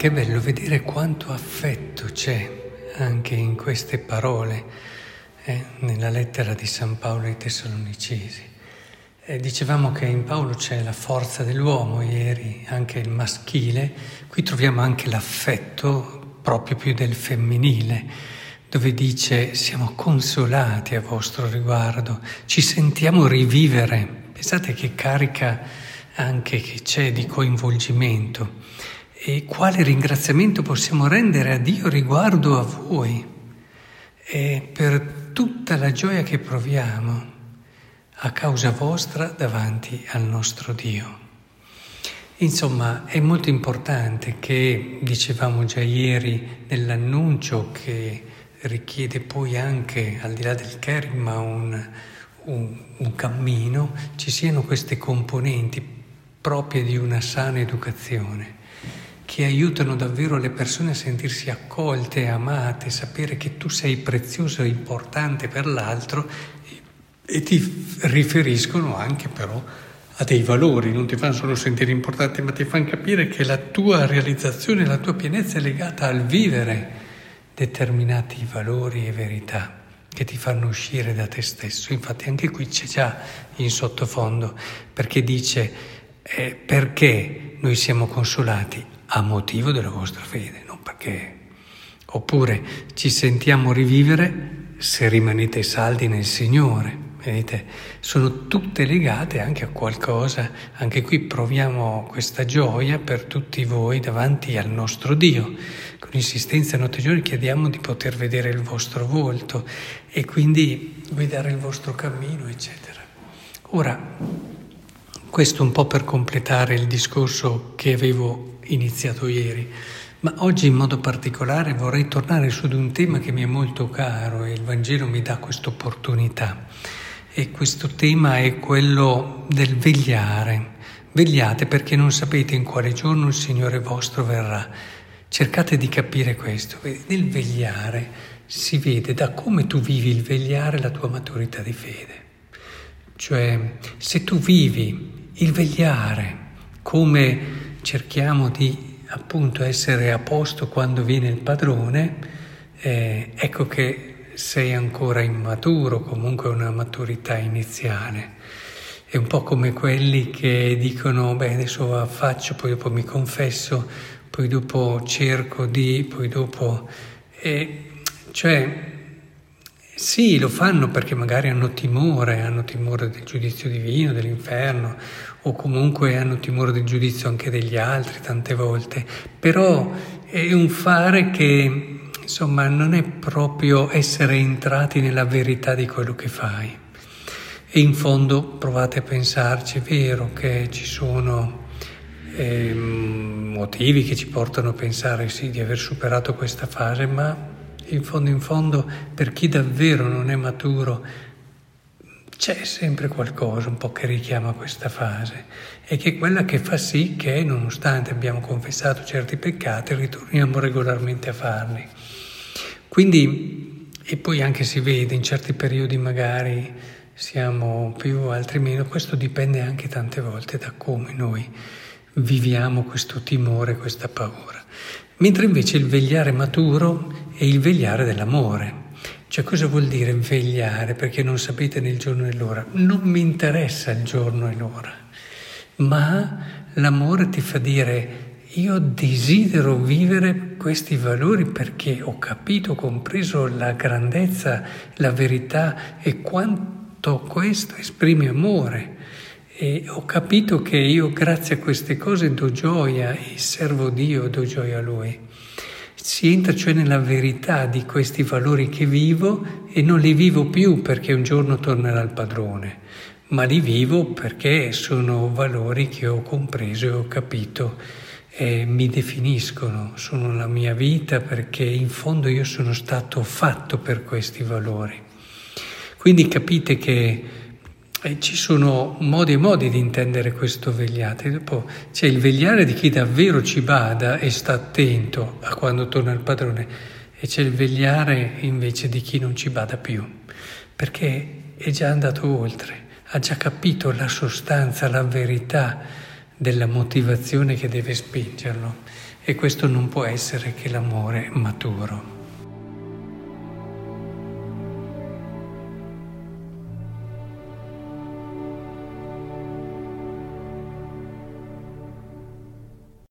Che bello vedere quanto affetto c'è anche in queste parole, nella lettera di San Paolo ai Tessalonicesi. Dicevamo che in Paolo c'è la forza dell'uomo, ieri anche il maschile, qui troviamo anche l'affetto proprio più del femminile, dove dice siamo consolati a vostro riguardo, ci sentiamo rivivere. Pensate che carica anche che c'è di coinvolgimento. E quale ringraziamento possiamo rendere a Dio riguardo a voi e per tutta la gioia che proviamo a causa vostra davanti al nostro Dio. Insomma, è molto importante che, dicevamo già ieri nell'annuncio, che richiede poi anche, al di là del kerigma, un cammino, ci siano queste componenti proprie di una sana educazione, che aiutano davvero le persone a sentirsi accolte, amate, sapere che tu sei prezioso e importante per l'altro e ti riferiscono anche però a dei valori, non ti fanno solo sentire importante, ma ti fanno capire che la tua realizzazione, la tua pienezza è legata al vivere determinati valori e verità che ti fanno uscire da te stesso. Infatti anche qui c'è già in sottofondo, perché dice perché noi siamo consolati a motivo della vostra fede, non perché. Oppure ci sentiamo rivivere se rimanete saldi nel Signore. Vedete, sono tutte legate anche a qualcosa. Anche qui proviamo questa gioia per tutti voi davanti al nostro Dio. Con insistenza notte e giorno chiediamo di poter vedere il vostro volto e quindi guidare il vostro cammino, eccetera. Ora, questo un po' per completare il discorso che avevo iniziato ieri, ma oggi in modo particolare vorrei tornare su di un tema che mi è molto caro e il Vangelo mi dà questa opportunità. E questo tema è quello del vegliare. Vegliate perché non sapete in quale giorno il Signore vostro verrà. Cercate di capire questo. Nel vegliare si vede da come tu vivi il vegliare la tua maturità di fede. Cioè, se tu vivi il vegliare come cerchiamo di appunto essere a posto quando viene il padrone, ecco che sei ancora immaturo, comunque una maturità iniziale. È un po' come quelli che dicono, adesso faccio, poi dopo mi confesso, poi dopo cerco poi dopo... Sì, lo fanno perché magari hanno timore del giudizio divino, dell'inferno, o comunque hanno timore del giudizio anche degli altri tante volte, però è un fare che, insomma, non è proprio essere entrati nella verità di quello che fai. E in fondo provate a pensarci, è vero che ci sono motivi che ci portano a pensare sì di aver superato questa fase, ma in fondo, per chi davvero non è maturo, c'è sempre qualcosa un po' che richiama questa fase e che è quella che fa sì che, nonostante abbiamo confessato certi peccati, ritorniamo regolarmente a farli. Quindi, e poi anche si vede, in certi periodi magari siamo più, altri meno, questo dipende anche tante volte da come noi viviamo questo timore, questa paura. Mentre invece il vegliare maturo è il vegliare dell'amore. Cioè, cosa vuol dire vegliare? Perché non sapete né il giorno né l'ora. Non mi interessa il giorno e l'ora, ma l'amore ti fa dire io desidero vivere questi valori perché ho capito, ho compreso la grandezza, la verità e quanto questo esprime amore. E ho capito che io grazie a queste cose do gioia e servo Dio, do gioia a Lui. Si entra cioè nella verità di questi valori che vivo e non li vivo più perché un giorno tornerà il padrone, ma li vivo perché sono valori che ho compreso e ho capito e mi definiscono, sono la mia vita perché in fondo io sono stato fatto per questi valori. Quindi capite che ci sono modi e modi di intendere questo vegliate. Dopo c'è il vegliare di chi davvero ci bada e sta attento a quando torna il padrone, e c'è il vegliare invece di chi non ci bada più, perché è già andato oltre, ha già capito la sostanza, la verità della motivazione che deve spingerlo, e questo non può essere che l'amore maturo.